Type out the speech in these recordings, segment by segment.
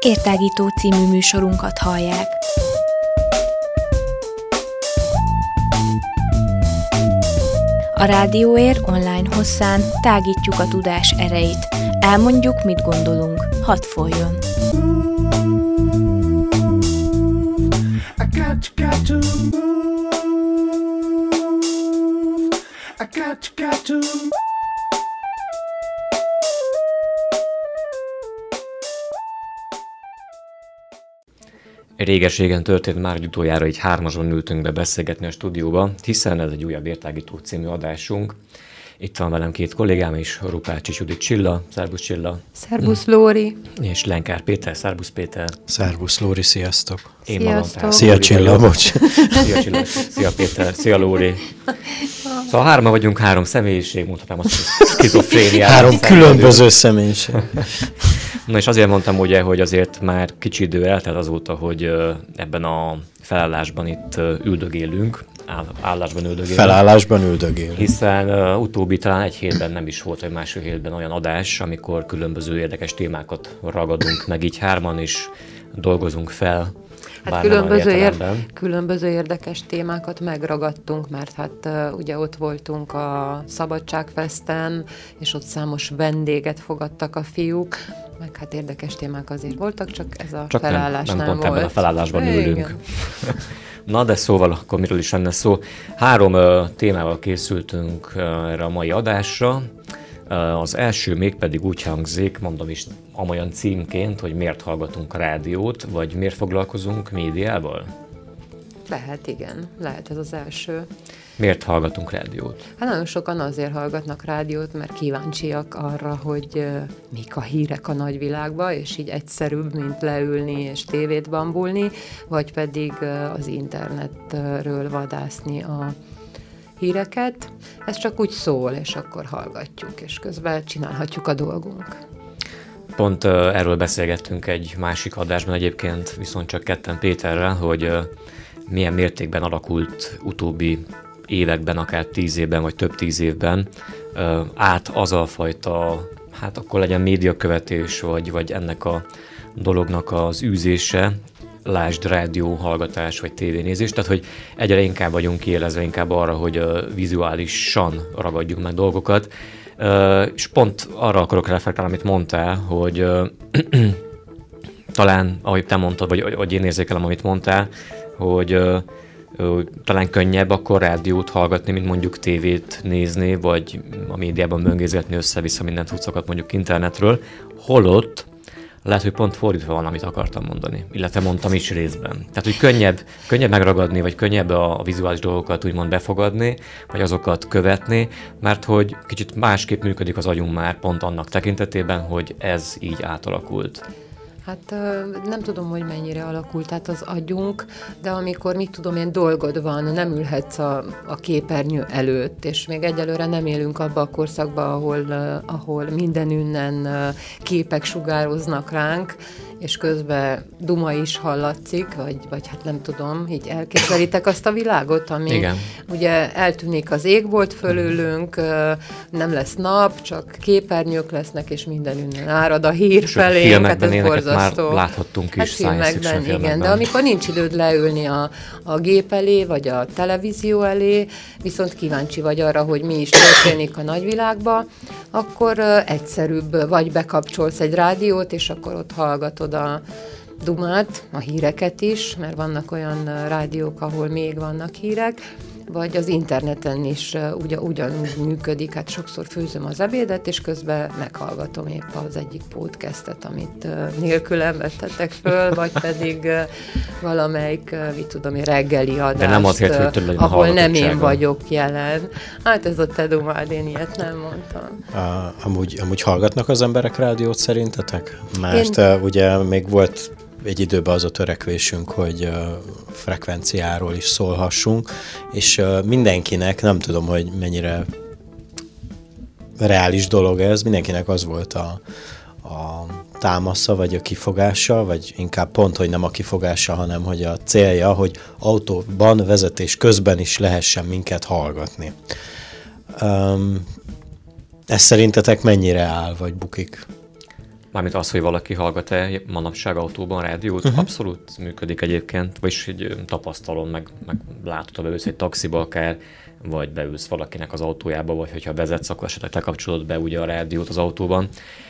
Értágító című műsorunkat hallják. A Rádióér online hosszán tágítjuk a tudás erejét. Elmondjuk, mit gondolunk. Hadd folyjon! Réges-régen történt már, hogy utoljára így hármason ültünk be beszélgetni a stúdióba, hiszen ez egy újabb Értágító című adásunk. Itt van velem két kollégám is, Rupácsi Judit Csilla, szervusz Csilla. Szervusz Lóri. És Lenkár Péter, szervusz Péter. Szervusz Lóri, sziasztok. Én magam tehát. Szia Csilla, bocs. Szia Csilla, szia Péter, szia Lóri. Szóval hárman vagyunk, három személyiség, mondhatnám azt, skizofréniát. Három különböző személyiség. Na és azért mondtam ugye, hogy azért már kicsi idő eltelt azóta, hogy ebben a felállásban itt üldögélünk, Felállásban üldögélünk. Hiszen utóbbi talán egy hétben nem is volt, vagy másfél hétben olyan adás, amikor különböző érdekes témákat ragadunk meg így hárman, és dolgozunk fel. Hát különböző érdekes témákat megragadtunk, mert hát ugye ott voltunk a Szabadságfesten, és ott számos vendéget fogadtak a fiúk, meg hát érdekes témák azért voltak, csak ez a felállás nem pont volt. Ebben a felállásban ülünk. Na, de szóval akkor miről is lenne szó? 3 témával készültünk erre a mai adásra. Az első mégpedig úgy hangzik, mondom is amolyan címként, hogy miért hallgatunk rádiót, vagy miért foglalkozunk médiával? Lehet, igen. Lehet ez az első. Miért hallgatunk rádiót? Hát nagyon sokan azért hallgatnak rádiót, mert kíváncsiak arra, hogy mik a hírek a nagyvilágban, és így egyszerűbb, mint leülni és tévét bambulni, vagy pedig az internetről vadászni a híreket. Ez csak úgy szól, és akkor hallgatjuk, és közben csinálhatjuk a dolgunk. Pont erről beszélgettünk egy másik adásban egyébként, viszont csak ketten Péterrel, hogy milyen mértékben alakult utóbbi években, akár 10 évben, vagy több 10 évben át az a fajta, hát akkor legyen médiakövetés, vagy ennek a dolognak az űzése, lásd rádió hallgatás, vagy tévénézés, tehát hogy egyre inkább vagyunk kiélezve inkább arra, hogy vizuálisan ragadjunk meg dolgokat, és pont arra akarok reflektálni, amit mondtál, hogy talán, ahogy te mondtad, vagy én érzékelem, amit mondtál, hogy talán könnyebb akkor rádiót hallgatni, mint mondjuk tévét nézni, vagy a médiában böngészgetni össze-vissza minden cuccokat mondjuk internetről, holott lehet, hogy pont fordítva van, amit akartam mondani, illetve mondtam is részben. Tehát, hogy könnyebb megragadni, vagy könnyebb a vizuális dolgokat úgymond befogadni, vagy azokat követni, mert hogy kicsit másképp működik az agyunk már pont annak tekintetében, hogy ez így átalakult. Hát nem tudom, hogy mennyire alakult át az agyunk, de amikor, ilyen dolgod van, nem ülhetsz a képernyő előtt, és még egyelőre nem élünk abba a korszakba, ahol mindenünnen képek sugároznak ránk, és közben duma is hallatszik, vagy hát nem tudom, így elképzelitek azt a világot, ami igen. Ugye eltűnik az égbolt fölülünk, nem lesz nap, csak képernyők lesznek, és mindenünnen árad a hír felé. Hát ez borzasztó. Már láthattunk is filmekben, igen, de amikor nincs időd leülni a gép elé, vagy a televízió elé, viszont kíváncsi vagy arra, hogy mi is történik a nagyvilágban, akkor egyszerűbb, vagy bekapcsolsz egy rádiót, és akkor ott hallgatod a dumát, a híreket is, mert vannak olyan rádiók, ahol még vannak hírek, vagy az interneten is ugyanúgy működik, hát sokszor főzöm az ebédet, és közben meghallgatom épp az egyik podcastet, amit nélkülem vettetek föl, vagy pedig valamelyik, reggeli adást, de nem azért, hogy több legyen a ahol nem én vagyok jelen. Hát ez a te dumád, én ilyet nem mondtam. Amúgy hallgatnak az emberek rádiót szerintetek? Mert ugye még volt egy időben az a törekvésünk, hogy frekvenciáról is szólhassunk, és mindenkinek, nem tudom, hogy mennyire reális dolog ez, mindenkinek az volt a támasza, vagy a kifogása, vagy inkább pont, hogy nem a kifogása, hanem hogy a célja, hogy autóban vezetés közben is lehessen minket hallgatni. Ez szerintetek mennyire áll, vagy bukik? Mármint az, hogy valaki hallgat-e manapság autóban rádiót, abszolút működik egyébként, vagyis egy tapasztalom, meg látod, ha beülsz egy taxiba akár, vagy beülsz valakinek az autójába, vagy hogyha vezetsz, akkor esetleg te kapcsolod be ugye a rádiót az autóban.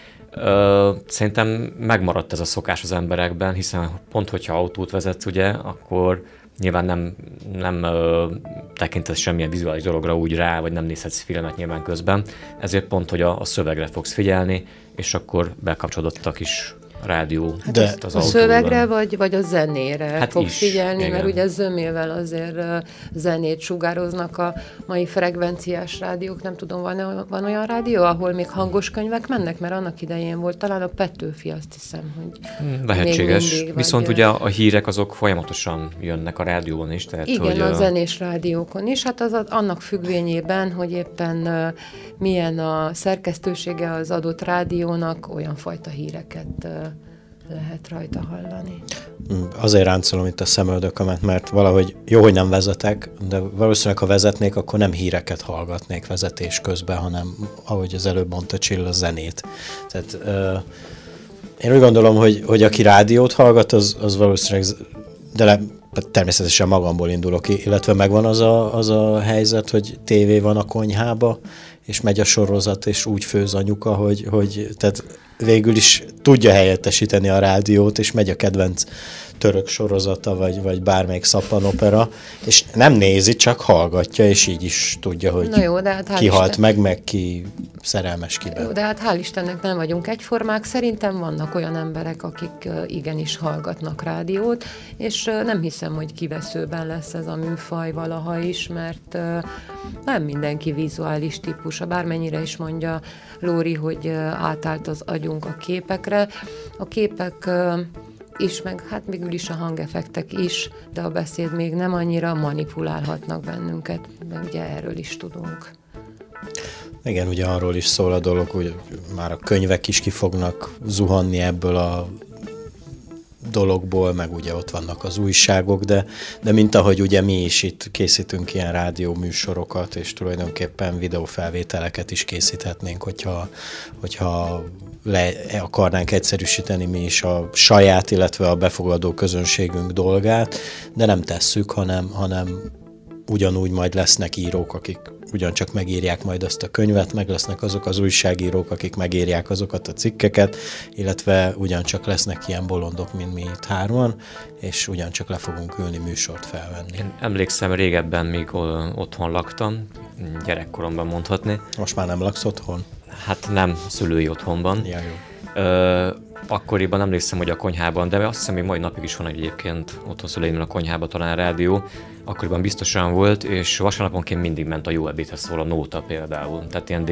Szerintem megmaradt ez a szokás az emberekben, hiszen pont, hogyha autót vezetsz, ugye, akkor nyilván nem tekintesz semmilyen vizuális dologra úgy rá, vagy nem nézhetsz filmet nyilván közben, ezért pont, hogy a szövegre fogsz figyelni, és akkor bekapcsolódott a kis rádió. Hát de az a szövegre, vagy a zenére fogsz figyelni, igen. Mert ugye zömével azért zenét sugároznak a mai frekvenciás rádiók. Nem tudom, van olyan rádió, ahol még hangos könyvek mennek? Mert annak idején volt talán a Petőfi, azt hiszem, hogy lehetséges. Mindig, viszont ugye a hírek azok folyamatosan jönnek a rádióban is. Tehát, igen, hogy a zenés rádiókon is. Hát az annak függvényében, hogy éppen milyen a szerkesztősége az adott rádiónak, olyan fajta híreket lehet rajta hallani. Azért ráncolom itt a szemöldökömet, mert valahogy jó, hogy nem vezetek, de valószínűleg, ha vezetnék, akkor nem híreket hallgatnék vezetés közben, hanem, ahogy az előbb mondta Csilla, zenét. Tehát én úgy gondolom, hogy aki rádiót hallgat, az valószínűleg, természetesen magamból indulok ki, illetve megvan az a helyzet, hogy tévé van a konyhába, és megy a sorozat, és úgy főz anyuka, hogy tehát végül is tudja helyettesíteni a rádiót, és megy a kedvenc török sorozata, vagy bármelyik szappanopera, és nem nézi, csak hallgatja, és így is tudja, hogy jó, de hát ki halt meg ki szerelmes kiben. Jó, de hát hál' Istennek nem vagyunk egyformák. Szerintem vannak olyan emberek, akik igenis hallgatnak rádiót, és nem hiszem, hogy kiveszőben lesz ez a műfaj valaha is, mert nem mindenki vizuális típus. Bármennyire is mondja Lóri, hogy átállt az agyunk a képekre. A képek is, meg hát mégül is a hangeffektek is, de a beszéd még nem annyira manipulálhatnak bennünket, de ugye erről is tudunk. Igen, ugye arról is szól a dolog, hogy már a könyvek is ki fognak zuhanni ebből a dologból, meg ugye ott vannak az újságok, de mint ahogy ugye mi is itt készítünk ilyen rádióműsorokat, és tulajdonképpen videófelvételeket is készíthetnénk, hogyha le akarnánk egyszerűsíteni mi is a saját, illetve a befogadó közönségünk dolgát, de nem tesszük, hanem ugyanúgy majd lesznek írók, akik ugyancsak megírják majd azt a könyvet, meg lesznek azok az újságírók, akik megírják azokat a cikkeket, illetve ugyancsak lesznek ilyen bolondok, mint mi itt hárman, és ugyancsak le fogunk ülni műsort felvenni. Én emlékszem, régebben még otthon laktam, gyerekkoromban mondhatni. Most már nem laksz otthon? Hát nem, szülői otthonban. Ja, jó. Akkoriban emlékszem, hogy a konyhában, de azt hiszem, hogy mai napig is van egyébként otthon szüleimnél a konyhában talán rádió, akkoriban biztosan volt, és vasárnaponként mindig ment a Jó ebédhez szól a Nóta például, tehát ilyen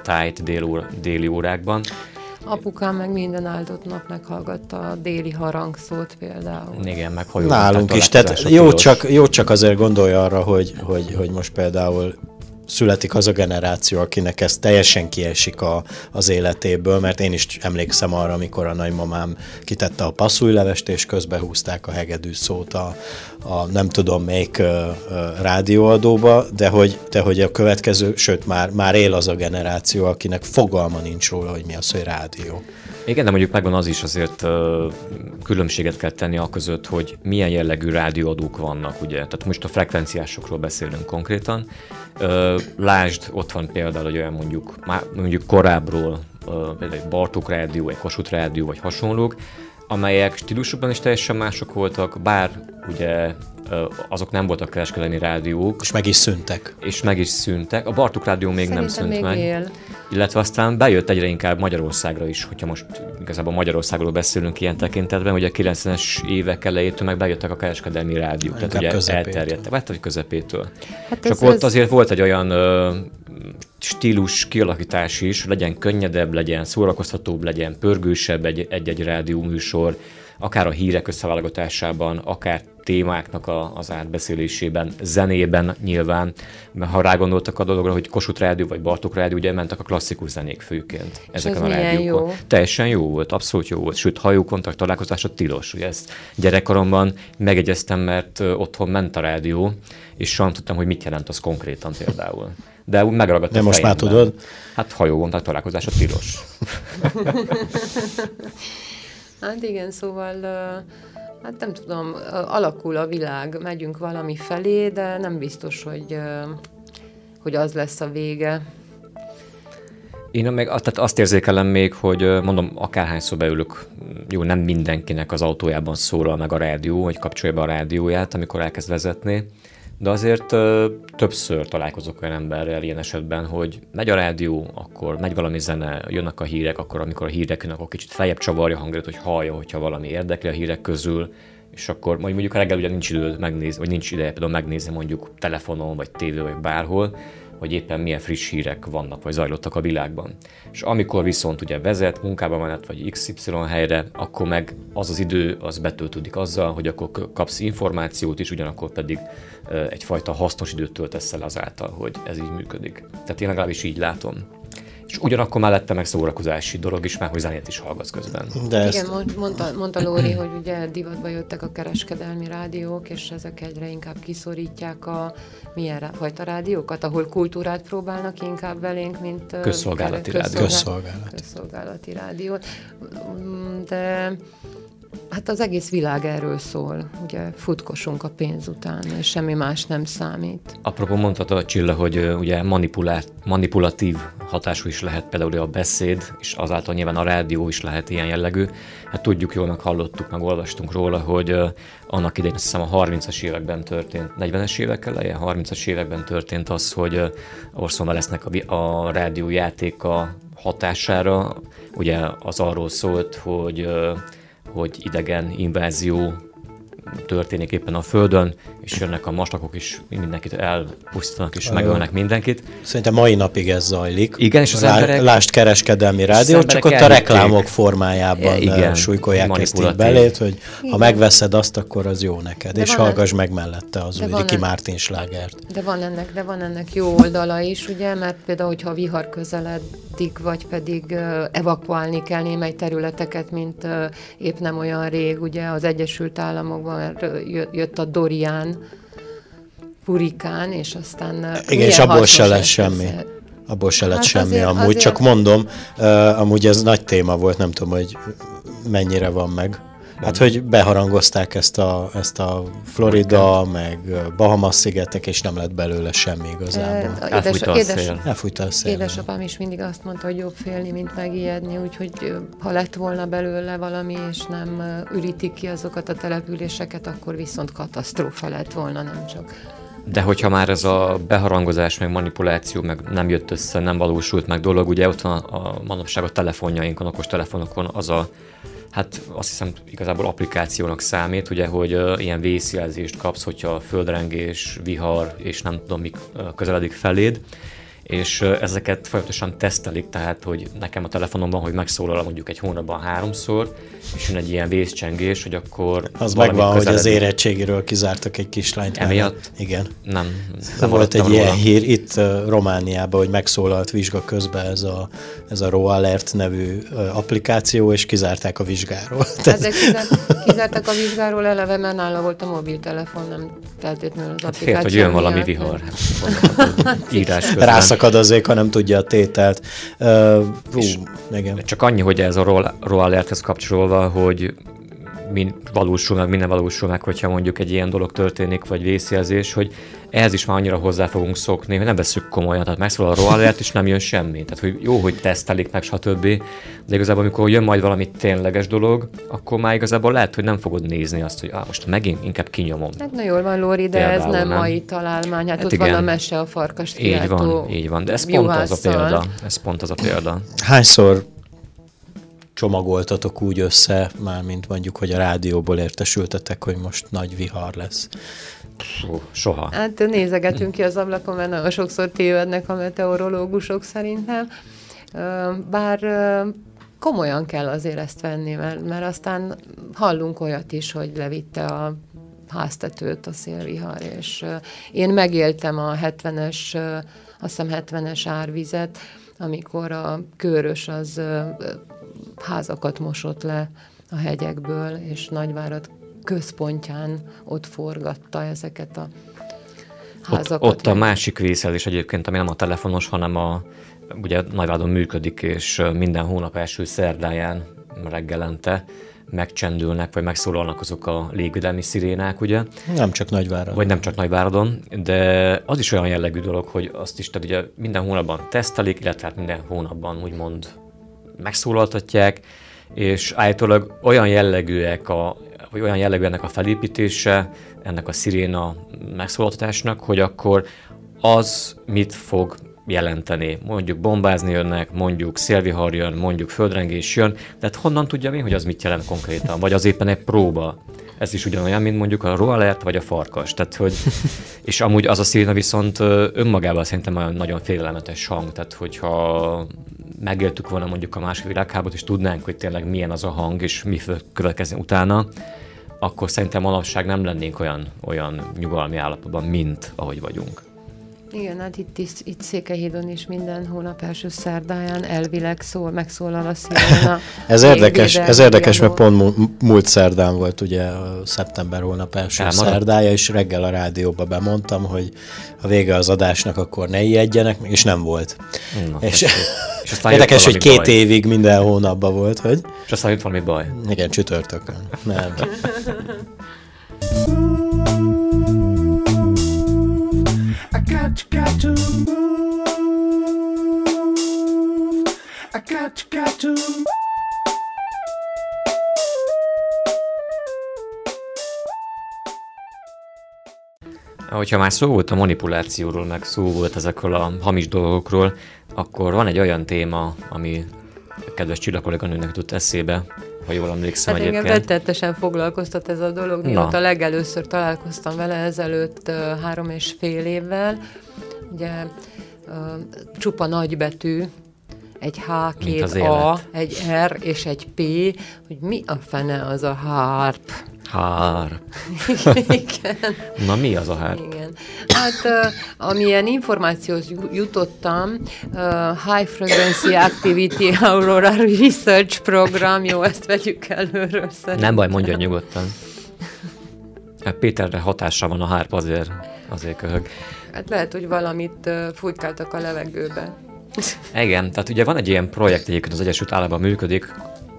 déli órákban. Apukám meg minden áldott nap meghallgatta a déli harangszót például. Igen, meg nálunk is, tehát jó csak azért gondolja arra, hogy most például születik az a generáció, akinek ez teljesen kiesik az életéből, mert én is emlékszem arra, amikor a nagymamám kitette a passzújlevest, és közbehúzták a hegedű szót a nem tudom melyik rádióadóba, de hogy a következő, sőt már él az a generáció, akinek fogalma nincs róla, hogy mi az, hogy rádió. Igen, de mondjuk megvan az is, azért különbséget kell tenni a között, hogy milyen jellegű rádióadók vannak, ugye. Tehát most a frekvenciásokról beszélünk konkrétan. Lásd, ott van például, hogy olyan mondjuk korábbról, például egy Bartók rádió, egy Kossuth rádió, vagy hasonlók, amelyek stílusokban is teljesen mások voltak, bár ugye azok nem voltak kereskedelmi rádiók. És meg is szűntek. A Bartók rádió még nem szűnt meg. Él. Illetve aztán bejött egyre inkább Magyarországra is, hogyha most igazából Magyarországról beszélünk ilyen tekintetben, hogy a 90-es évek elejétől meg bejöttek a kereskedelmi rádiók, tehát ugye elterjedtek, vagy közepétől. Hát csak ott azért volt egy olyan stílus kialakítás is, legyen könnyedebb, legyen szórakoztatóbb, legyen pörgősebb egy-egy rádióműsor, akár a hírek összeválogatásában, akár témáknak az átbeszélésében, zenében nyilván, mert ha rágondoltak a dologra, hogy Kossuth rádió vagy Bartók rádió, ugye mentek a klasszikus zenék főként ezeken a rádiókon. Jó? Teljesen jó volt, abszolút jó volt, sőt hajókontakt találkozásra tilos. Ugye ezt gyerekkoromban megegyeztem, mert otthon ment a rádió, és sem tudtam, hogy mit jelent az konkrétan például. de úgy megragadt de a most fejemben. már tudod? Hát hajóon, tehát találkozásra tilos. Hát igen, szóval, hát nem tudom, alakul a világ, megyünk valami felé, de nem biztos, hogy az lesz a vége. Én meg tehát azt érzékelem még, hogy mondom, akárhányszor beülök, jó, nem mindenkinek az autójában szólal meg a rádió, vagy kapcsolja be a rádióját, amikor elkezd vezetni, de azért többször találkozok olyan emberrel ilyen esetben, hogy megy a rádió, akkor megy valami zene, jönnek a hírek, akkor amikor a hírek jönnek, akkor kicsit feljebb csavarja a hangerőt, hogy hallja, hogyha valami érdekli a hírek közül, és akkor mondjuk reggel ugye nincs időt megnézni, vagy nincs ideje például megnézni mondjuk telefonon, vagy tévén, vagy bárhol, hogy éppen milyen friss hírek vannak, vagy zajlottak a világban. És amikor viszont ugye vezet, munkába menet, vagy XY helyre, akkor meg az idő, az betöltődik azzal, hogy akkor kapsz információt is, ugyanakkor pedig egyfajta hasznos időt töltesz el azáltal, hogy ez így működik. Tehát én legalábbis így látom. És ugyanakkor mellette meg szórakozási dolog is, mert hogy zenét is hallgatsz közben. De igen, mondta Lóri, hogy ugye divatba jöttek a kereskedelmi rádiók, és ezek egyre inkább kiszorítják a milyen fajta rádiókat, ahol kultúrát próbálnak inkább belénk, mint közszolgálati rádiót. De hát az egész világ erről szól, ugye futkosunk a pénz után, és semmi más nem számít. Apropó mondtad a Csilla, hogy ugye manipulatív hatású is lehet például a beszéd, és azáltal nyilván a rádió is lehet ilyen jellegű. Hát tudjuk jól, meg hallottuk, meg olvastunk róla, hogy annak idején azt hiszem a 30-as években történt, 40-es évek eleje, 30-as években történt az, hogy Orson Wellesnek a rádiójátéka hatására, ugye az arról szólt, hogy idegen invázió történik éppen a Földön, és jönnek a mastakok is, mindenkit elpusztítanak és megölnek mindenkit. Szerintem mai napig ez zajlik. Igen, és az emberek... Lásd kereskedelmi rádió, csak ott a reklámok formájában súlykolják ezt így belét, hogy ha megveszed azt, akkor az jó neked, és hallgass meg mellette az új Ricky Martin slágert. De van ennek jó oldala is, ugye, mert például, hogyha a vihar közeledik, vagy pedig evakuálni kell némely területeket, mint épp nem olyan rég, ugye az Egyesült Államokban jött a Dorian hurikán, és aztán... Igen, és abból se lesz semmi. Abból se lett semmi amúgy, csak mondom, amúgy ez nagy téma volt, nem tudom, hogy mennyire van meg. Hát, hogy beharangozták ezt a Florida, meg Bahamas-szigetek, és nem lett belőle semmi igazából. Elfújta a szél. Édesapám is mindig azt mondta, hogy jobb félni, mint megijedni, úgyhogy ha lett volna belőle valami, és nem ürítik ki azokat a településeket, akkor viszont katasztrófa lett volna, nem csak... De hogyha már ez a beharangozás, meg manipuláció, meg nem jött össze, nem valósult meg dolog, ugye ott van a manapság a telefonjainkon, okos telefonokon az a, hát azt hiszem igazából applikációnak számít, ugye, hogy ilyen vészjelzést kapsz, hogyha földrengés, vihar, és nem tudom mik közeledik feléd, és ezeket folyamatosan tesztelik, tehát, hogy nekem a telefonomban, hogy megszólal mondjuk egy hónapban 3-szor, és jön egy ilyen vészcsengés, hogy akkor... Az megvan, hogy az érettségiről kizártak egy kislányt. Emiatt? Igen. Nem volt egy ilyen hír itt Romániában, hogy megszólalt vizsga közben ez a RoAlert nevű applikáció, és kizárták a vizsgáról. Hát de kizártak a vizsgáról eleve, mert nála volt a mobiltelefon, nem feltétlenül az applikáció. Félt, hogy jön valami vihar. Írás közben. Rászakad azért, ha nem tudja a tételt. Igen. Csak annyi, hogy ez a RoAlerthez kapcsolva, hogy mi valósul meg, minden valósul meg, hogyha mondjuk egy ilyen dolog történik, vagy vészjelzés, hogy ehhez is már annyira hozzá fogunk szokni, hogy nem veszük komolyan, tehát megszólal a RoAlert, és nem jön semmi. Tehát, hogy jó, hogy tesztelik meg, stb. De igazából, amikor jön majd valami tényleges dolog, akkor már igazából lehet, hogy nem fogod nézni azt, hogy most megint inkább kinyomom. Hát na jól van, Lóri, de például, ez nem mai találmány. Hát ott igen. Van a mese a farkast kiáltó. Így van, de ez pont az a példa. Ez pont az a példa. Hányszor csomagoltatok úgy össze, mármint mondjuk, hogy a rádióból értesültetek, hogy most nagy vihar lesz? Soha. Hát nézegetünk ki az ablakon, mert nagyon sokszor tévednek a meteorológusok szerintem. Bár komolyan kell azért ezt venni, mert aztán hallunk olyat is, hogy levitte a háztetőt a szélvihar, és én megéltem a 70-es árvizet, amikor a Körös az házakat mosott le a hegyekből, és Nagyvárad központján ott forgatta ezeket a házakat. Ott a másik vészelés egyébként, ami nem a telefonos, hanem ugye Nagyvárádon működik, és minden hónap első szerdáján reggelente megcsendülnek, vagy megszólalnak azok a légvédelmi szirénák, ugye? Nem csak Nagyváradon. Vagy nem csak Nagyváradon, de az is olyan jellegű dolog, hogy azt is, tehát ugye minden hónapban tesztelik, illetve hát minden hónapban úgymond megszólaltatják, és állítólag olyan jellegűek vagy olyan jellegű ennek a felépítése, ennek a sziréna megszólaltatásnak, hogy akkor az mit fog jelenteni. Mondjuk bombázni jönnek, mondjuk szélvihar jön, mondjuk földrengés jön, tehát honnan tudja mi, hogy az mit jelent konkrétan? Vagy az éppen egy próba. Ez is ugyanolyan, mint mondjuk a roalert vagy a farkas. Tehát, hogy, és amúgy az a sziréna viszont önmagában szerintem olyan nagyon félelmetes hang. Tehát, hogyha megéltük volna mondjuk a második világháborút, és tudnánk, hogy tényleg milyen az a hang, és mi fog következni utána, akkor szerintem manapság nem lennénk olyan nyugalmi állapotban, mint ahogy vagyunk. Igen, hát itt Székelyhídon is minden hónap első szerdáján elvileg megszólal a sziréna. Ez érdekes, mert pont múlt szerdán volt ugye a szeptember hónap első szerdája, és reggel a rádióba bemondtam, hogy a vége az adásnak, akkor ne ijedjenek, és nem volt. És érdekes, hogy 2 évig minden hónapban volt, hogy... És aztán jött valami baj. Igen, csütörtökön. Nem. Got to move. I got to move. Hogyha már szó volt a manipulációról, meg szó volt ezekről a hamis dolgokról, akkor van egy olyan téma, ami a kedves Csilla kolléganőnek jutott eszébe, ha jól emlékszem hát egyébként. Engem rettenetesen foglalkoztat ez a dolog, mióta legelőször találkoztam vele ezelőtt 3,5 évvel. Ugye csupa nagybetű, egy H, 2 A, egy R és egy P, hogy mi a fene az a HARP? HARP. Igen. Na mi az a HARP? Igen. Hát amilyen információhoz jutottam, High Frequency Activity Aurora Research Program, jó, ezt vegyük előről szerintem. Nem baj, mondja nyugodtan. Péterre hatása van a HARP, azért köhög. Hát lehet, hogy valamit fújkáltak a levegőbe. Igen, tehát ugye van egy ilyen projekt egyébként az Egyesült Államokban működik,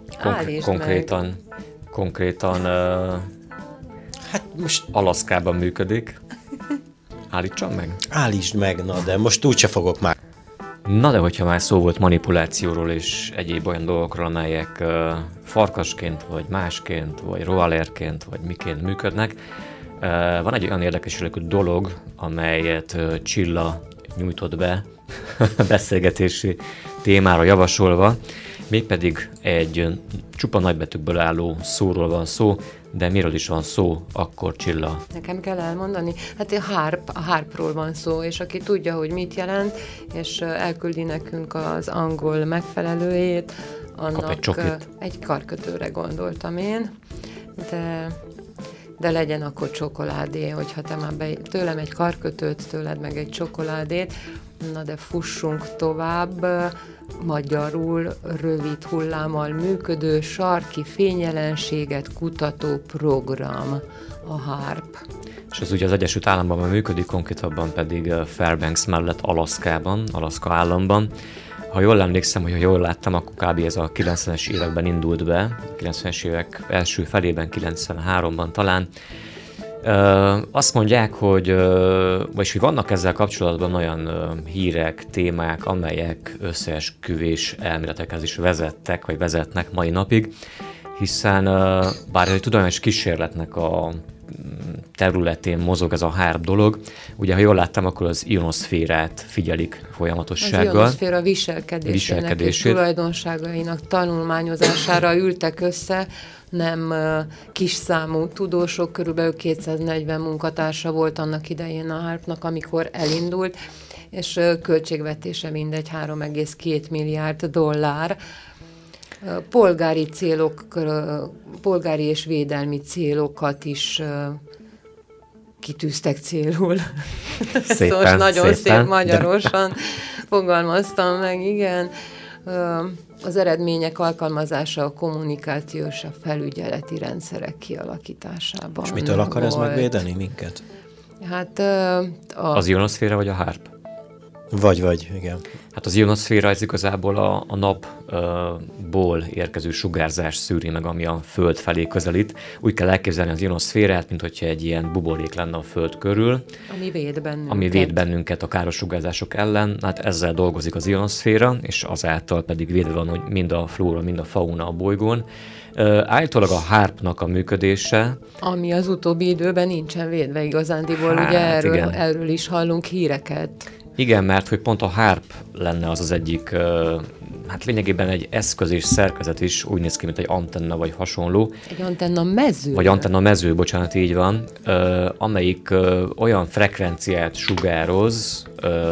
konkrétan hát most Alaszkában működik. Állítsam meg? Állítsd meg, na de most úgyse fogok már. Na de hogyha már szó volt manipulációról és egyéb olyan dolgokról, amelyek farkasként, vagy másként, vagy roalerként, vagy miként működnek, van egy olyan érdekes dolog, amelyet Csilla nyújtott be beszélgetési témára javasolva, mégpedig egy csupa nagybetűkből álló szóról van szó, de miről is van szó, akkor Csilla? Nekem kell elmondani? Hát a HARP-ról van szó, és aki tudja, hogy mit jelent, és elküldi nekünk az angol megfelelőjét, annak egy karkötőre gondoltam én, de legyen akkor csokoládé, hogyha te már tőlem egy karkötőt, tőled meg egy csokoládét, na de fussunk tovább, magyarul rövid hullámmal működő sarki fényjelenséget kutató program, a HARP. És ez ugye az Egyesült Államokban működik, konkrétabban pedig Fairbanks mellett Alaszka államban. Ha jól emlékszem, hogy ha jól láttam, akkor kb. Ez a 90-es években indult be, 90-es évek első felében, 93-ban talán. Azt mondják, hogy vannak ezzel kapcsolatban olyan hírek, témák, amelyek összeesküvés elméletekhez is vezettek, vagy vezetnek mai napig, hiszen bár egy tudományos kísérletnek a területén mozog ez a HARP dolog. Ugye, ha jól láttam, akkor az ionoszférát figyelik folyamatossággal. Az ionoszféra viselkedésének és tulajdonságainak tanulmányozására ültek össze nem kis számú tudósok, körülbelül 240 munkatársa volt annak idején a HARP-nak, amikor elindult, és költségvetése mindegy 3,2 milliárd dollár. Polgári és védelmi célokat is kitűztek célul. Szóval nagyon szép magyarosan fogalmaztam meg, igen. Az eredmények alkalmazása a kommunikációs, a felügyeleti rendszerek kialakításában. És mitől akar ez megvédeni minket? Hát Az ionoszféra vagy a HAARP? Vagy, igen. Hát az ionoszféra ez igazából a napból érkező sugárzás szűri meg, ami a Föld felé közelít. Úgy kell elképzelni az ionoszférát, mint hogyha egy ilyen buborék lenne a Föld körül. Ami véd bennünket a káros sugárzások ellen. Hát ezzel dolgozik az ionoszféra, és azáltal pedig védve van, hogy mind a flóra, mind a fauna a bolygón. Állítólag a HAARP-nak a működése... Ami az utóbbi időben nincsen védve igazándiból, ugye erről is hallunk híreket. Igen, mert hogy pont a HAARP lenne az egyik, hát lényegében egy eszköz és szerkezet is úgy néz ki, mint egy antenna vagy hasonló. Egy antenna mező? Vagy antenna mező, bocsánat, így van, amelyik olyan frekvenciát sugároz,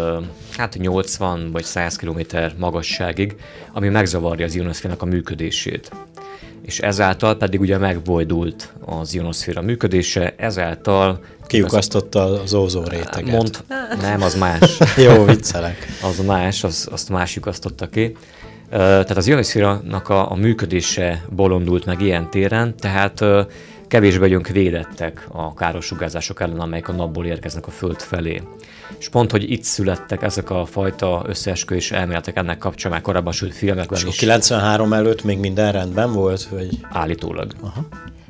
hát 80 vagy 100 km magasságig, ami megzavarja az ionoszférának a működését. És ezáltal pedig ugye megbojdult az ionoszféra működése, ezáltal... Kiukasztotta az ózonréteget. Nem, az más. Jó, viccelek. Az más, azt más lyukasztotta ki. Tehát az ionoszférának a működése bolondult meg ilyen téren, tehát kevésbé vagyunk védettek a káros sugárzások ellen, amelyek a napból érkeznek a Föld felé. És pont, hogy itt születtek ezek a fajta összeesküvés elméletek ennek kapcsán, már korábban sült filmekben is. 93 előtt még minden rendben volt? Vagy? Állítólag. Aha.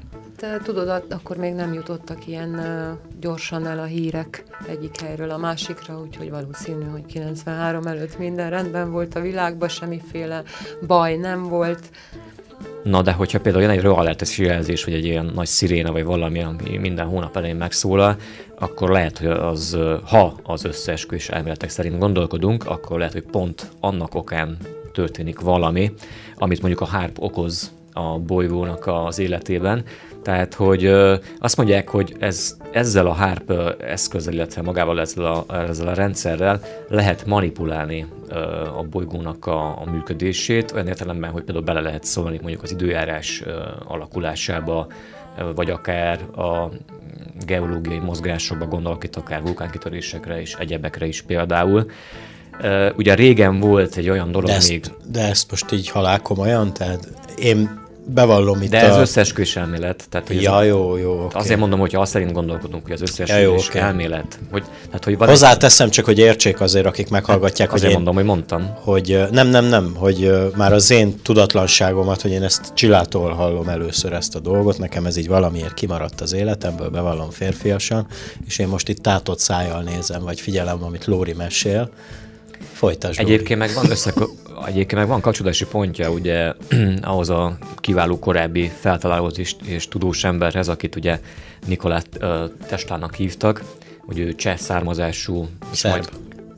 Te tudod, akkor még nem jutottak ilyen gyorsan el a hírek egyik helyről a másikra, úgyhogy valószínű, hogy 93 előtt minden rendben volt a világban, semmiféle baj nem volt. Na, de hogyha például jön egy röalertes jelzés, vagy egy ilyen nagy sziréna, vagy valami, ami minden hónap elején megszólal, akkor lehet, hogy az, ha az összeesküvés elméletek szerint gondolkodunk, akkor lehet, hogy pont annak okán történik valami, amit mondjuk a HAARP okoz a bolygónak az életében. Tehát, hogy azt mondják, hogy ezzel a HAARP eszközzel, illetve magával ezzel a rendszerrel lehet manipulálni a bolygónak a működését, olyan értelemben, hogy például bele lehet szólni mondjuk az időjárás alakulásába, vagy akár a geológiai mozgásokba, gondolok itt akár vulkánkitörésekre és egyebekre is például. Ugye régen volt egy olyan dolog De ezt most így halálkomolyan, tehát én bevallom itt. De ez összeesküvés elmélet. Tehát, jó, okay. Azért mondom, hogyha azt szerint gondolkodunk, hogy az összeesküvés elmélet. Hogy hozzáteszem csak, hogy értsék azért, akik meghallgatják, azért mondom, hogy mondtam. Hogy nem, hogy már az én tudatlanságomat, hogy én ezt Csillától hallom először ezt a dolgot, nekem ez így valamiért kimaradt az életemből, bevallom férfiasan, és én most itt tátott szájjal nézem, vagy figyelem, amit Lóri mesél. Folytasd, Egyébként meg van kapcsolódási pontja ugye ahhoz a kiváló korábbi feltalálóhoz és tudós emberhez, akit ugye Nikola Teslának hívtak, hogy ő cseh származású, szerb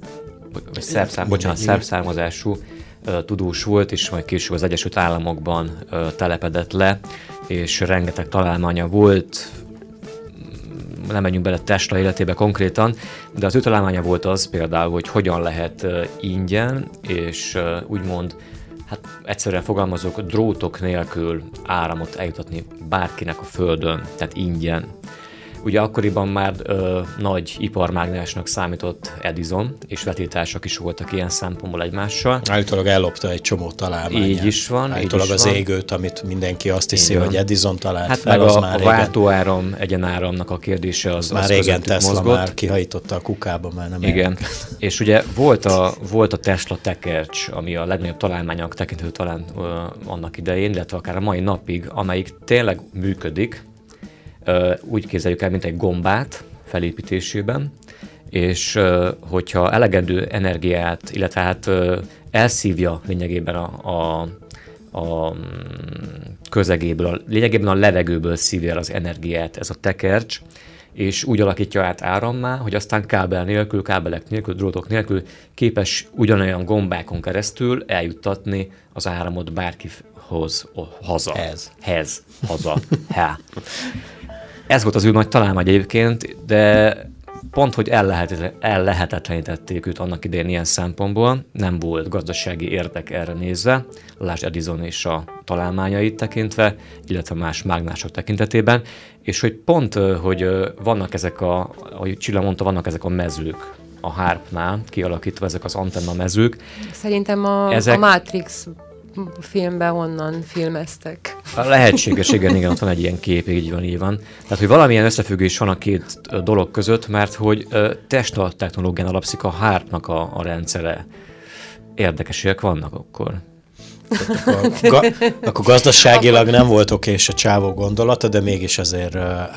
származású tudós volt, és majd később az Egyesült Államokban telepedett le, és rengeteg találmánya volt. Nem menjünk bele Tesla életébe konkrétan, de az ő találmánya volt az például, hogy hogyan lehet ingyen, és úgymond, hát egyszerűen fogalmazok, drótok nélkül áramot eljutatni bárkinek a Földön, tehát ingyen. Ugye akkoriban már nagy iparmágnásnak számított Edison, és vetétársak is voltak ilyen szempontból egymással. Állítólag ellopta egy csomó találmányát. Így is van. Állítólag az égőt, amit mindenki azt hiszi, hogy Edison talált hát fel, meg az a már váltóáram, egyenáramnak a kérdése az már régen Tesla mozgott. már kihajította a kukába, már nem igen. És ugye volt a Tesla tekercs, ami a legnagyobb találmánynak tekinthető talán annak idején, illetve akár a mai napig, amelyik tényleg működik, úgy képzeljük el, mint egy gombát felépítésében, és hogyha elegendő energiát, illetve hát elszívja lényegében a közegéből, lényegében a levegőből szívja az energiát ez a tekercs, és úgy alakítja át árammá, hogy aztán kábelek nélkül, drótok nélkül képes ugyanolyan gombákon keresztül eljuttatni az áramot bárkihoz, haza. Haza. Ez volt az ő nagy találmány egyébként, de pont, hogy ellehetetlenítették őt annak idején ilyen szempontból, nem volt gazdasági érdek erre nézve, lásd Edison és a találmányait tekintve, illetve más mágnások tekintetében, és hogy pont, hogy vannak ezek ahogy Csilla mondta, vannak ezek a mezők a HAARP-nál kialakítva, ezek az antenna mezők. Szerintem a Matrix filmben honnan filmeztek. A lehetséges, igen, ott van egy ilyen kép, így van. Tehát, hogy valamilyen összefüggés van a két dolog között, mert hogy testtarttechnológián alapszik a HAARP-nak a rendszere. Érdekesek vannak akkor. Akkor gazdaságilag nem volt okés a csávó gondolata, de mégis azért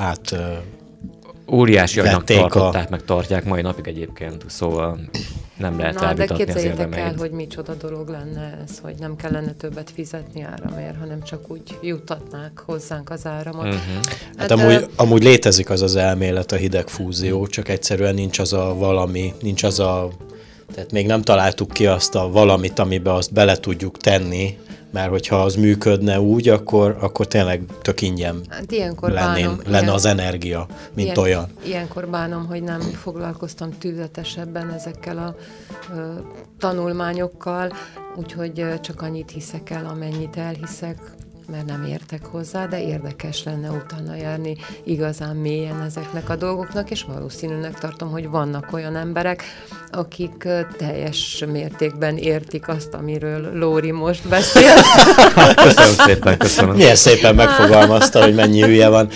óriási agynak tartották, meg tartják mai napig egyébként, szóval nem lehet elvitatni az érdemeid. De képzeljétek el, hogy micsoda dolog lenne ez, hogy nem kellene többet fizetni áramért, hanem csak úgy juttatnák hozzánk az áramot. Uh-huh. Hát amúgy létezik az elmélet, a hidegfúzió, csak egyszerűen nincs az a valami, tehát még nem találtuk ki azt a valamit, amiben azt bele tudjuk tenni, mert hogyha az működne úgy, akkor tényleg tök ingyen lenne az energia, mint olyan. Ilyenkor bánom, hogy nem foglalkoztam tüzetesebben ezekkel a tanulmányokkal, úgyhogy csak annyit hiszek el, amennyit elhiszek, mert nem értek hozzá, de érdekes lenne utána járni igazán mélyen ezeknek a dolgoknak, és valószínűnek tartom, hogy vannak olyan emberek, akik teljes mértékben értik azt, amiről Lóri most beszél. Köszönöm szépen, köszönöm. Milyen szépen megfogalmazta, hogy mennyi hülye van.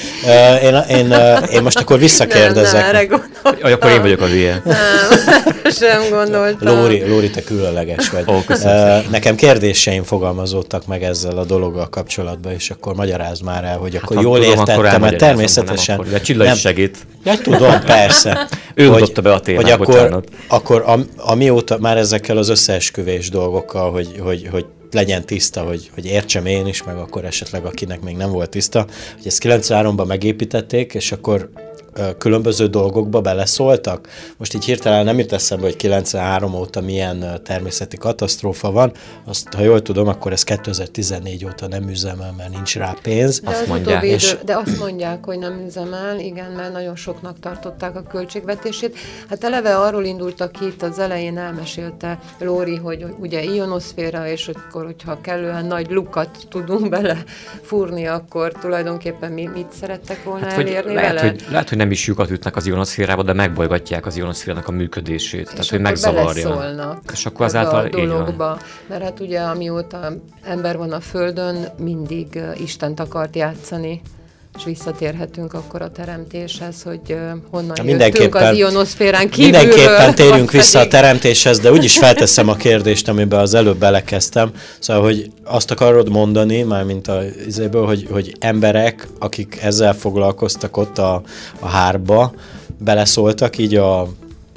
Én most akkor visszakérdezek. Nem, erre gondoltam. Akkor én vagyok a hülye. Nem, sem gondoltam. Lóri, te különleges vagy. Nekem kérdéseim fogalmazódtak meg ezzel a dologgal kapcsolatban, és akkor magyarázd már el, hogy akkor jól értettem, mert természetesen... De Csilla is segít. Ja, tudom, persze. Ő mutatta be a témát, bocsánat. Akkor amióta már ezekkel az összeesküvés dolgokkal, hogy legyen tiszta, hogy értsem én is, meg akkor esetleg akinek még nem volt tiszta, hogy ezt 93-ban megépítették, és akkor különböző dolgokba beleszóltak. Most így hirtelen nem jut eszembe, hogy 93 óta milyen természeti katasztrófa van. Azt, ha jól tudom, akkor ez 2014 óta nem üzemel, mert nincs rá pénz. De azt mondják, hogy nem üzemel, igen, mert nagyon soknak tartották a költségvetését. Hát eleve arról indultak ki, itt az elején elmesélte Lóri, hogy ugye ionoszféra, és akkor, hogyha kellően nagy lukat tudunk bele fúrni, akkor tulajdonképpen mit szerettek volna elérni vele? Lehet, hogy nem is lyukat ütnek az ionoszférába, de megbolygatják az ionoszférának a működését. És tehát, hogy megzavarja. Beleszólnak és akkor azáltal a dologba. Mert hát ugye amióta ember van a Földön, mindig Istent akart játszani. És visszatérhetünk akkor a teremtéshez, hogy honnan jöttünk az ionoszférán kívülről. Mindenképpen térjünk vissza a teremtéshez, de úgyis felteszem a kérdést, amiben az előbb belekezdtem. Szóval, hogy azt akarod mondani, mármint hogy emberek, akik ezzel foglalkoztak ott a hárba, beleszóltak így a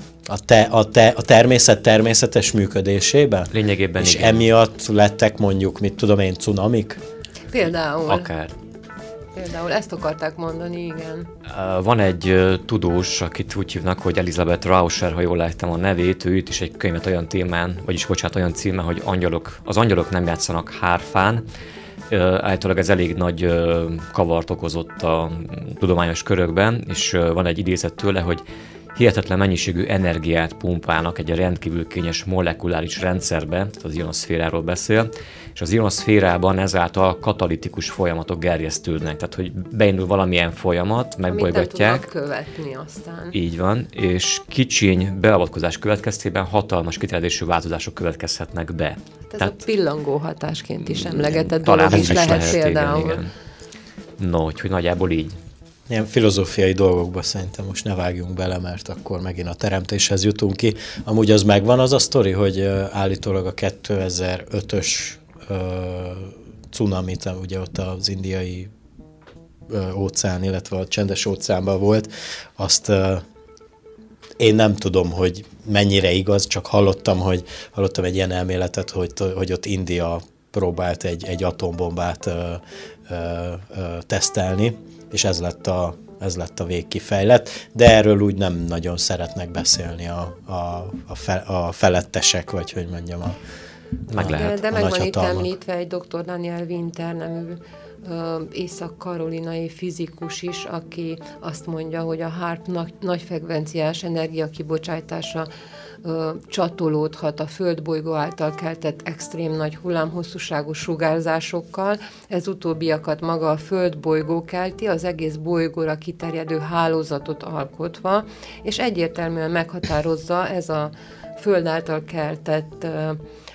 természet természetes működésébe? Lényegében és igen. Emiatt lettek mondjuk, mit tudom én, cunamik? Például. Akár. Például ezt akarták mondani, igen. Van egy tudós, akit úgy hívnak, hogy Elizabeth Rauscher, ha jól láttam a nevét, ő itt is egy könyvet olyan témán, olyan címen, hogy az angyalok nem játszanak hárfán. Általában ez elég nagy kavart okozott a tudományos körökben, és van egy idézet tőle, hogy hihetetlen mennyiségű energiát pumpálnak egy rendkívül kényes molekuláris rendszerbe, tehát az ionoszféráról beszél, és az ionoszférában ezáltal katalitikus folyamatok gerjesztődnek, tehát hogy beindul valamilyen folyamat, megbolygatják. Amit nem tudnak követni aztán. Így van, és kicsiny beavatkozás következtében hatalmas kiterjedésű változások következhetnek be. Tehát a pillangó hatásként is emlegetett dolog is lehet például. Igen. No, úgyhogy nagyjából így. Ilyen filozófiai dolgokba szerintem most ne vágjunk bele, mert akkor megint a teremtéshez jutunk ki. Amúgy az megvan az a sztori, hogy állítólag a 2005-ös cunamit, ugye ott az indiai óceán, illetve a csendes óceánban volt, azt én nem tudom, hogy mennyire igaz, csak hallottam egy ilyen elméletet, hogy ott India próbált egy atombombát tesztelni, és ez lett a végkifejlet, de erről úgy nem nagyon szeretnek beszélni a felettesek, vagy hogy mondjam, de meg van itt említve egy dr. Daniel Winter nevű észak-karolinai fizikus is, aki azt mondja, hogy a HAARP nagyfrekvenciás energiakibocsátása csatolódhat a földbolygó által keltett extrém nagy hullámhosszúságú sugárzásokkal. Ez utóbbiakat maga a földbolygó kelti, az egész bolygóra kiterjedő hálózatot alkotva, és egyértelműen meghatározza ez a föld által keltett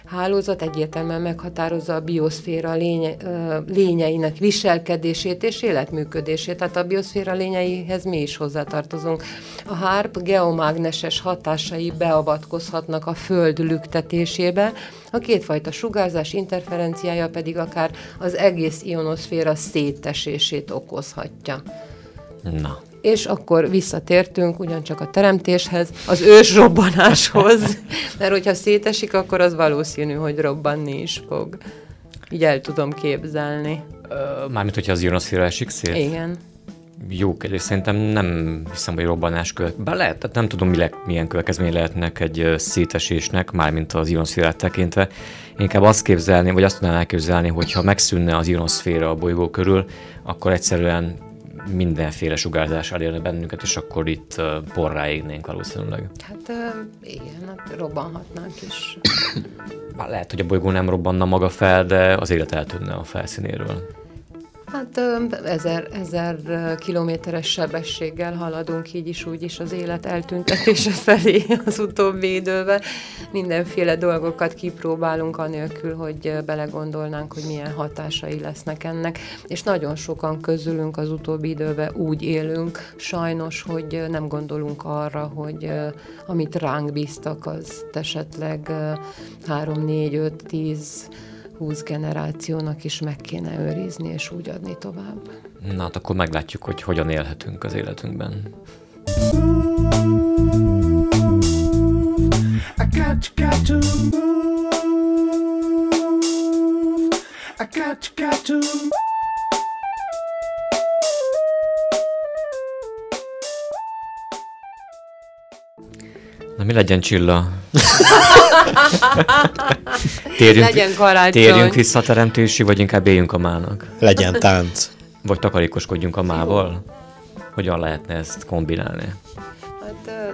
hálózat egyértelműen meghatározza a bioszféra lényeinek viselkedését és életműködését. Tehát a bioszféra lényeihez mi is hozzátartozunk. A HAARP geomágneses hatásai beavatkozhatnak a Föld lüktetésébe, a kétfajta sugárzás interferenciája pedig akár az egész ionoszféra szétesését okozhatja. Na. És akkor visszatértünk ugyancsak a teremtéshez, az ősrobbanáshoz, mert hogyha szétesik, akkor az valószínű, hogy robbanni is fog. Így el tudom képzelni. Mármint, hogyha az ionoszféra esik szét? Igen. Jó kérdés, szerintem nem hiszem, hogy robbanás bár lehet, tehát nem tudom, milyen következmény lehetnek egy szétesésnek, mármint az ionoszférát tekintve. Inkább azt képzelni, vagy azt tudnám elképzelni, hogyha megszűnne az ionoszféra a bolygó körül, akkor egyszerűen mindenféle sugárzás elérne bennünket, és akkor itt porrá égnénk valószínűleg. Hát igen, hát robbanhatnánk is. Bár lehet, hogy a bolygó nem robbanna maga fel, de az élet eltűnne a felszínéről. Hát 1000 kilométeres sebességgel haladunk így is, úgy is az élet eltüntetése felé az utóbbi időben. Mindenféle dolgokat kipróbálunk anélkül, hogy belegondolnánk, hogy milyen hatásai lesznek ennek. És nagyon sokan közülünk az utóbbi időben úgy élünk, sajnos, hogy nem gondolunk arra, hogy amit ránk bíztak, az esetleg 3, 4, 5, 10, 20 generációnak is meg kéne őrizni, és úgy adni tovább. Na, hát akkor meglátjuk, hogy hogyan élhetünk az életünkben. I got to move. I got to Na, mi legyen, Csilla? Legyen karácsony. Térjünk vissza a teremtési, vagy inkább éljünk a mának? Legyen tánc. Vagy takarékoskodjunk a mával? Hogyan lehetne ezt kombinálni? Hát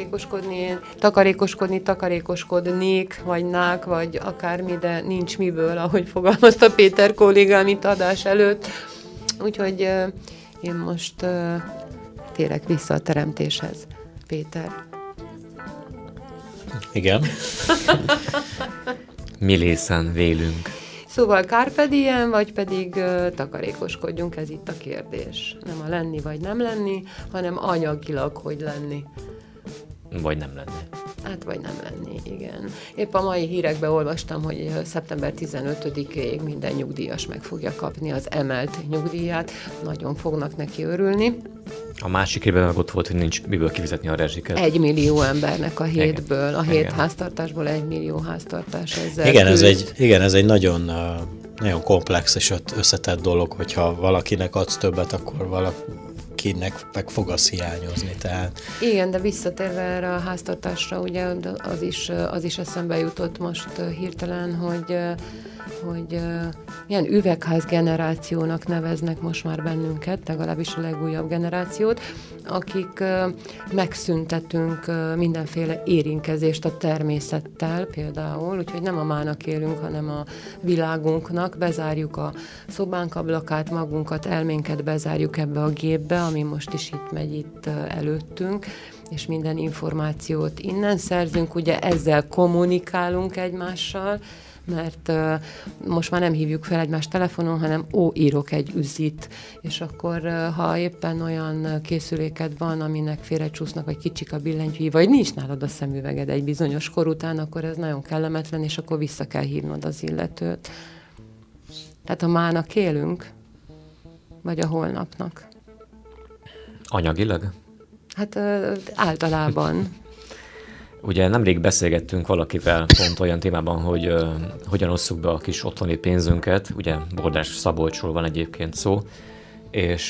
takarékoskodnék, vagy akármi, de nincs miből, ahogy fogalmazta Péter kollégám itt adás előtt. Úgyhogy én most térek vissza a teremtéshez. Péter. Igen. Milészen vélünk. Szóval carpe diem, vagy pedig takarékoskodjunk, ez itt a kérdés. Nem a lenni vagy nem lenni, hanem anyagilag hogy lenni. Vagy nem lenni. Hát vagy nem lenni, igen. Épp a mai hírekben olvastam, hogy szeptember 15-ig minden nyugdíjas meg fogja kapni az emelt nyugdíját. Nagyon fognak neki örülni. A másik évben meg ott volt, hogy nincs miből kifizetni a rezsiket. 1 millió embernek a hétből, a 7 Igen. háztartásból 1 millió háztartás ezzel Igen, ez egy nagyon, nagyon komplex és összetett dolog, hogyha valakinek adsz többet, akkor valakinek meg fog az hiányozni. Tehát... Igen, de visszatérve erre a háztartásra, ugye az is eszembe jutott most hirtelen, hogy milyen üvegház generációnak neveznek most már bennünket, legalábbis a legújabb generációt, akik megszüntetünk mindenféle érinkezést a természettel például, úgyhogy nem a mának élünk, hanem a világunknak, bezárjuk a szobánk ablakát, magunkat, elménket bezárjuk ebbe a gépbe, ami most is itt megy itt előttünk, és minden információt innen szerzünk, ugye ezzel kommunikálunk egymással, mert most már nem hívjuk fel egymást telefonon, hanem írok egy üzit, és akkor ha éppen olyan készüléked van, aminek félrecsúsznak, vagy kicsik a billentyűi, vagy nincs nálad a szemüveged egy bizonyos kor után, akkor ez nagyon kellemetlen, és akkor vissza kell hívnod az illetőt. Tehát a mának élünk, vagy a holnapnak? Anyagilag? Hát általában. Ugye nemrég beszélgettünk valakivel pont olyan témában, hogy hogyan osszuk be a kis otthoni pénzünket, ugye Bordás Szabolcsról van egyébként szó, és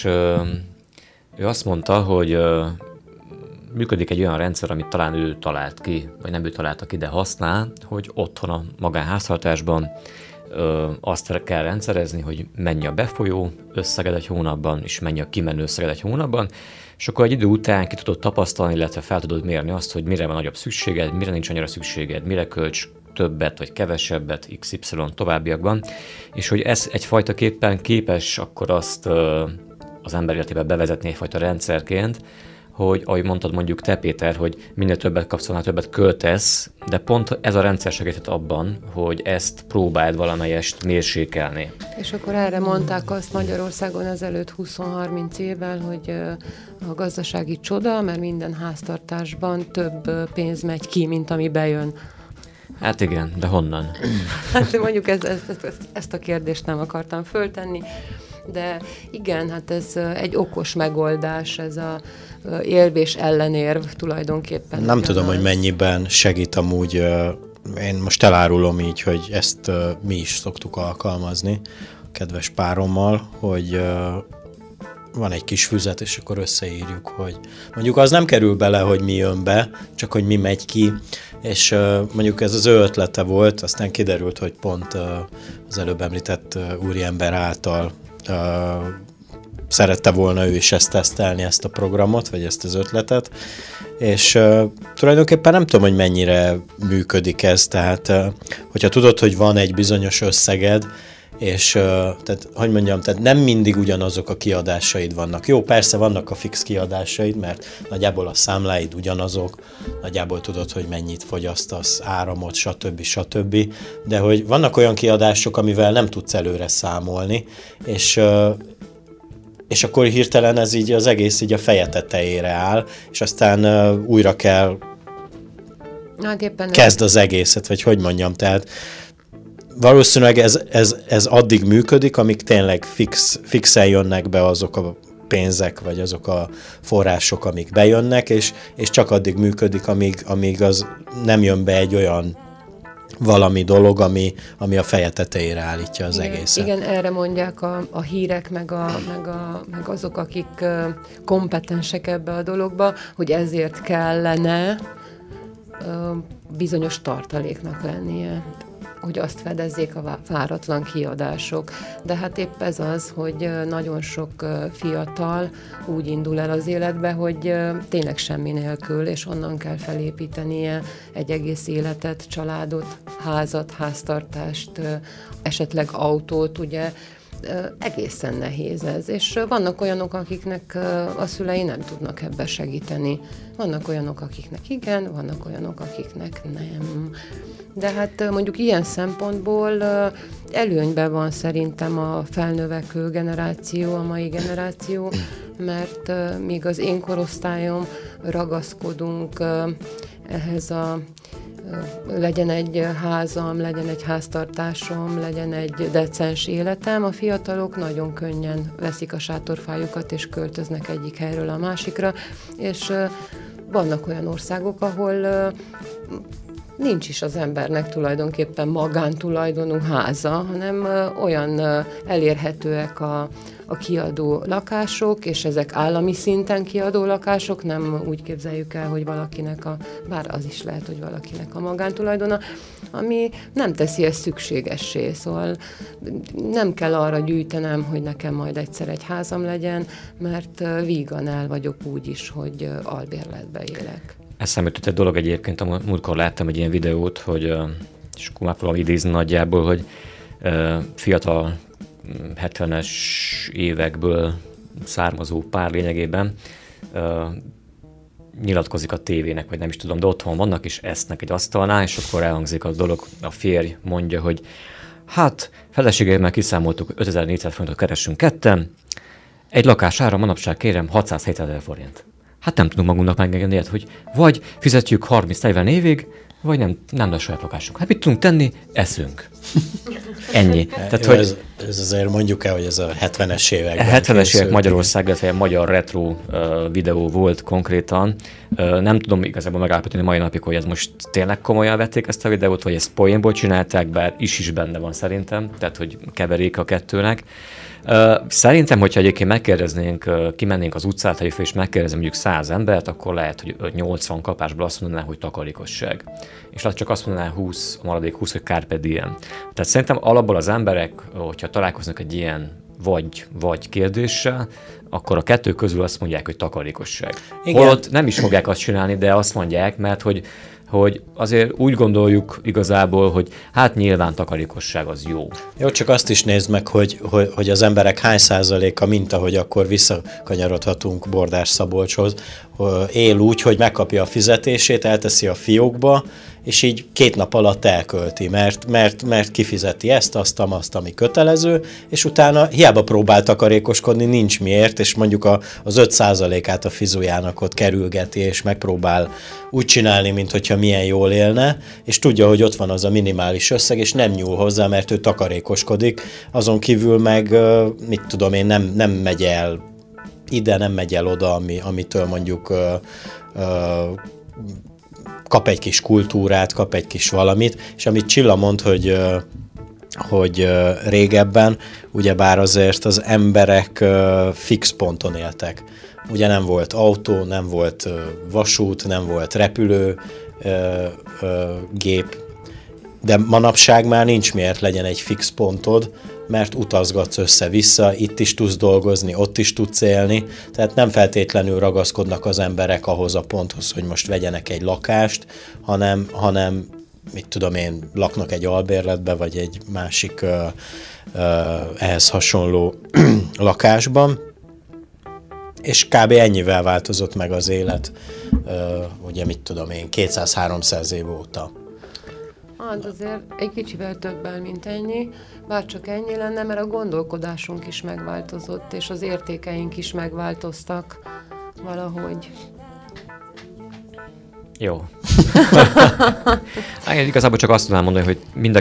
ő azt mondta, hogy működik egy olyan rendszer, amit talán ő talált ki, vagy nem ő találta ki, de használ, hogy otthon a magánháztartásban azt kell rendszerezni, hogy mennyi a befolyó összeged egy hónapban, és mennyi a kimenő összeged egy hónapban, és akkor egy idő után ki tudod tapasztalni, illetve fel tudod mérni azt, hogy mire van nagyobb szükséged, mire nincs annyira szükséged, mire költs többet vagy kevesebbet XY továbbiakban, és hogy ez egyfajtaképpen képes akkor azt az ember életébe bevezetni egyfajta rendszerként, hogy ahogy mondtad mondjuk te, Péter, hogy minél többet kapsz, annál többet költesz, de pont ez a rendszer segített abban, hogy ezt próbáld valamelyest mérsékelni. És akkor erre mondták azt Magyarországon ezelőtt 20-30 évvel, hogy a gazdasági csoda, mert minden háztartásban több pénz megy ki, mint ami bejön. Hát igen, de honnan? Hát mondjuk ezt a kérdést nem akartam föltenni, de igen, hát ez egy okos megoldás, ez a érv és ellenérv tulajdonképpen. Nem tudom, hogy mennyiben segít amúgy, én most elárulom így, hogy ezt mi is szoktuk alkalmazni a kedves párommal, hogy van egy kis füzet, és akkor összeírjuk, hogy mondjuk az nem kerül bele, hogy mi jön be, csak hogy mi megy ki, és mondjuk ez az ő ötlete volt, aztán kiderült, hogy pont az előbb említett úriember által szerette volna ő is ezt tesztelni, ezt a programot, vagy ezt az ötletet, és tulajdonképpen nem tudom, hogy mennyire működik ez, tehát hogyha tudod, hogy van egy bizonyos összeged, és tehát, hogy mondjam, tehát nem mindig ugyanazok a kiadásaid vannak. Jó, persze vannak a fix kiadásaid, mert nagyjából a számláid ugyanazok, nagyjából tudod, hogy mennyit fogyasztasz, áramot, stb. De hogy vannak olyan kiadások, amivel nem tudsz előre számolni, és akkor hirtelen ez így az egész így a feje tetejére áll, és aztán újra kell kezd az egészet, vagy hogy mondjam, tehát valószínűleg ez addig működik, amíg tényleg fixen jönnek be azok a pénzek, vagy azok a források, amik bejönnek, és csak addig működik, amíg az nem jön be egy olyan valami dolog, ami a feje tetejére állítja az egészet. Igen, erre mondják a hírek, meg azok, akik kompetensek ebbe a dologba, hogy ezért kellene bizonyos tartaléknak lennie, hogy azt fedezzék a váratlan kiadások. De hát épp ez az, hogy nagyon sok fiatal úgy indul el az életbe, hogy tényleg semmi nélkül, és onnan kell felépítenie egy egész életet, családot, házat, háztartást, esetleg autót, ugye, egészen nehéz ez. És vannak olyanok, akiknek a szülei nem tudnak ebbe segíteni. Vannak olyanok, akiknek igen, vannak olyanok, akiknek nem. De hát mondjuk ilyen szempontból előnyben van szerintem a felnövekvő generáció, a mai generáció, mert míg az én korosztályom ragaszkodunk ehhez legyen egy házam, legyen egy háztartásom, legyen egy decens életem. A fiatalok nagyon könnyen veszik a sátorfájukat, és költöznek egyik helyről a másikra, és vannak olyan országok, ahol nincs is az embernek tulajdonképpen magántulajdonú háza, hanem olyan elérhetőek a kiadó lakások, és ezek állami szinten kiadó lakások, nem úgy képzeljük el, hogy valakinek bár az is lehet, hogy valakinek a magántulajdona, ami nem teszi ezt szükségessé, szóval nem kell arra gyűjtenem, hogy nekem majd egyszer egy házam legyen, mert vígan el vagyok úgy is, hogy albérletbe élek. Eszembe jutott egy dolog egyébként, a múltkor láttam egy ilyen videót, hogy, és akkor már próbálom idézni nagyjából, hogy fiatal 70-es évekből származó pár lényegében nyilatkozik a tévének, vagy nem is tudom, de otthon vannak, és esznek egy asztalnál, és akkor elhangzik a dolog, a férj mondja, hogy hát feleségemmel kiszámoltuk, 5400 forintot keresünk ketten, egy lakás ára manapság kérem 600-700 forint. Hát nem tudunk magunknak megengedni ilyet, hogy vagy fizetjük 30-40 évig, vagy nem lesz saját lakásunk. Hát mit tudunk tenni? Eszünk. Ennyi. Tehát, hogy ez azért mondjuk el, hogy ez a 70-es években. 70-es évek Magyarország, illetve magyar retro videó volt konkrétan. Nem tudom igazából megállapítani mai napig, hogy ez most tényleg komolyan vették ezt a videót, vagy ezt poénból csinálták, bár is benne van szerintem, tehát hogy keverék a kettőnek. Szerintem, hogyha egyébként megkérdeznénk, kimennénk az utcát, és megkérdezem mondjuk 100 embert, akkor lehet, hogy 80 kapásból azt mondaná, hogy takarékosság. És csak azt mondaná 20, a maradék 20, hogy carpe diem. Tehát szerintem alapból az emberek, hogyha találkoznak egy ilyen vagy kérdéssel, akkor a kettő közül azt mondják, hogy takarékosság. Holott nem is fogják azt csinálni, de azt mondják, mert hogy azért úgy gondoljuk igazából, hogy hát nyilván takarékosság az jó. Jó, csak azt is nézd meg, hogy az emberek hány százaléka, mint ahogy akkor visszakanyarodhatunk Bordás Szabolcshoz, él úgy, hogy megkapja a fizetését, elteszi a fiókba, és így 2 nap alatt elkölti, mert kifizeti ezt, azt, ami kötelező, és utána hiába próbál takarékoskodni, nincs miért, és mondjuk az 5%-át a fizójának ott kerülgeti, és megpróbál úgy csinálni, mintha milyen jól élne, és tudja, hogy ott van az a minimális összeg, és nem nyúl hozzá, mert ő takarékoskodik, azon kívül meg, mit tudom én, nem megy el ide, nem megy el oda, amitől mondjuk kap egy kis kultúrát, kap egy kis valamit, és amit Csilla mond, hogy régebben, ugyebár azért az emberek fix ponton éltek. Ugye nem volt autó, nem volt vasút, nem volt repülő, gép, de manapság már nincs miért legyen egy fix pontod, mert utazgatsz össze-vissza, itt is tudsz dolgozni, ott is tudsz élni, tehát nem feltétlenül ragaszkodnak az emberek ahhoz a ponthoz, hogy most vegyenek egy lakást, hanem mit tudom én, laknak egy albérletbe, vagy egy másik ehhez hasonló lakásban, és kb. Ennyivel változott meg az élet, ugye mit tudom én, 200-300 év óta. Hát azért egy kicsivel többel, mint ennyi, bár csak ennyi lenne, mert a gondolkodásunk is megváltozott, és az értékeink is megváltoztak valahogy. Jó. Igazából csak azt tudnám mondani, hogy mind a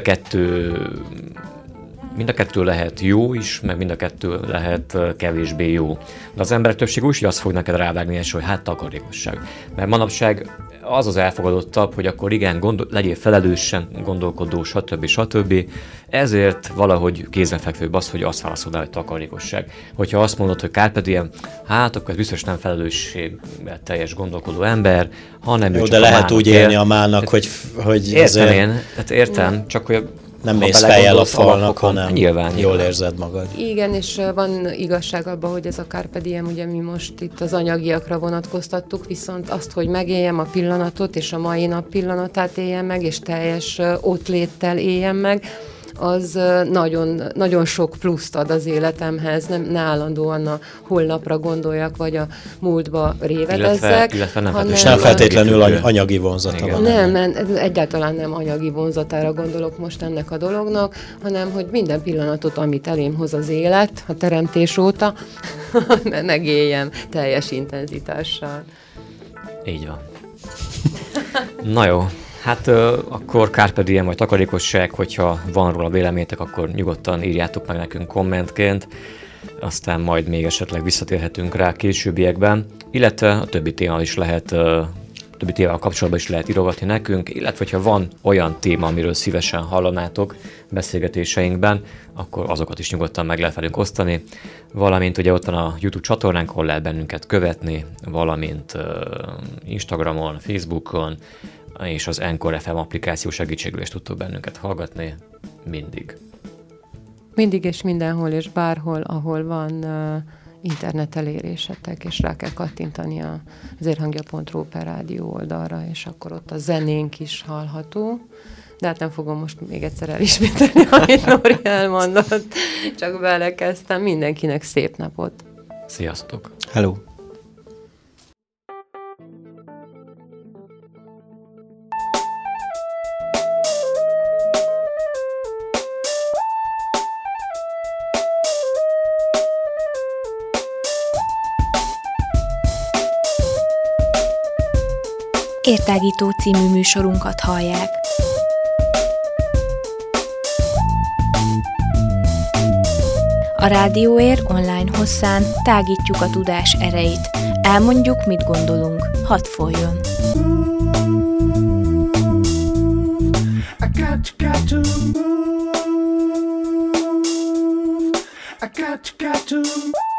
kettő lehet jó is, meg mind a kettő lehet kevésbé jó. De az emberek többség úgy azt fog neked rávágni, hogy hát takarékosság. Mert manapság az elfogadottabb, hogy akkor igen, legyél felelősen, gondolkodó, stb. Ezért valahogy kézenfekvőbb az, hogy azt válaszolnál, hogy takarékosság. Hogyha azt mondod, hogy carpe diem, hát akkor ez biztos nem felelősséggel teljes gondolkodó ember, hanem jó, de lehet úgy élni a mának, hogy értem én, hát értem, csak hogy nem mész fejjel a falnak, hanem nyilván. Jól érzed magad. Igen, és van igazság abban, hogy ez a carpe diem, ugye mi most itt az anyagiakra vonatkoztattuk, viszont azt, hogy megéljem a pillanatot, és a mai nap pillanatát éljem meg, és teljes ott léttel éljem meg, az nagyon, nagyon sok pluszt ad az életemhez, ne állandóan a holnapra gondoljak, vagy a múltba révedezzek. Illetve nem, és nem feltétlenül anyagi vonzata van. Nem, egyáltalán nem anyagi vonzatára gondolok most ennek a dolognak, hanem, hogy minden pillanatot, amit elém hoz az élet, a teremtés óta, megéljem teljes intenzitással. Így van. Na jó. Hát akkor carpe diem vagy takarékosság, hogyha van róla véleményetek, akkor nyugodtan írjátok meg nekünk kommentként, aztán majd még esetleg visszatérhetünk rá későbbiekben, illetve a többi témával kapcsolatban is lehet írogatni nekünk, illetve hogyha van olyan téma, amiről szívesen hallanátok beszélgetéseinkben, akkor azokat is nyugodtan meg lehet velünk osztani, valamint ugye ott van a YouTube csatornánk, ahol lehet bennünket követni, valamint Instagramon, Facebookon, és az Anchor FM applikáció segítségével is tudtok bennünket hallgatni mindig. Mindig és mindenhol és bárhol, ahol van internet elérésetek, és rá kell kattintani az érhangja.ru per rádió oldalra, és akkor ott a zenénk is hallható. De hát nem fogom most még egyszer elismételni, amit Nori elmondott. Csak belekezdtem. Mindenkinek szép napot. Sziasztok! Hello! Értágító című műsorunkat hallják. A Rádióér online hosszán tágítjuk a tudás erejét. Elmondjuk, mit gondolunk. Hadd folyjon! I got to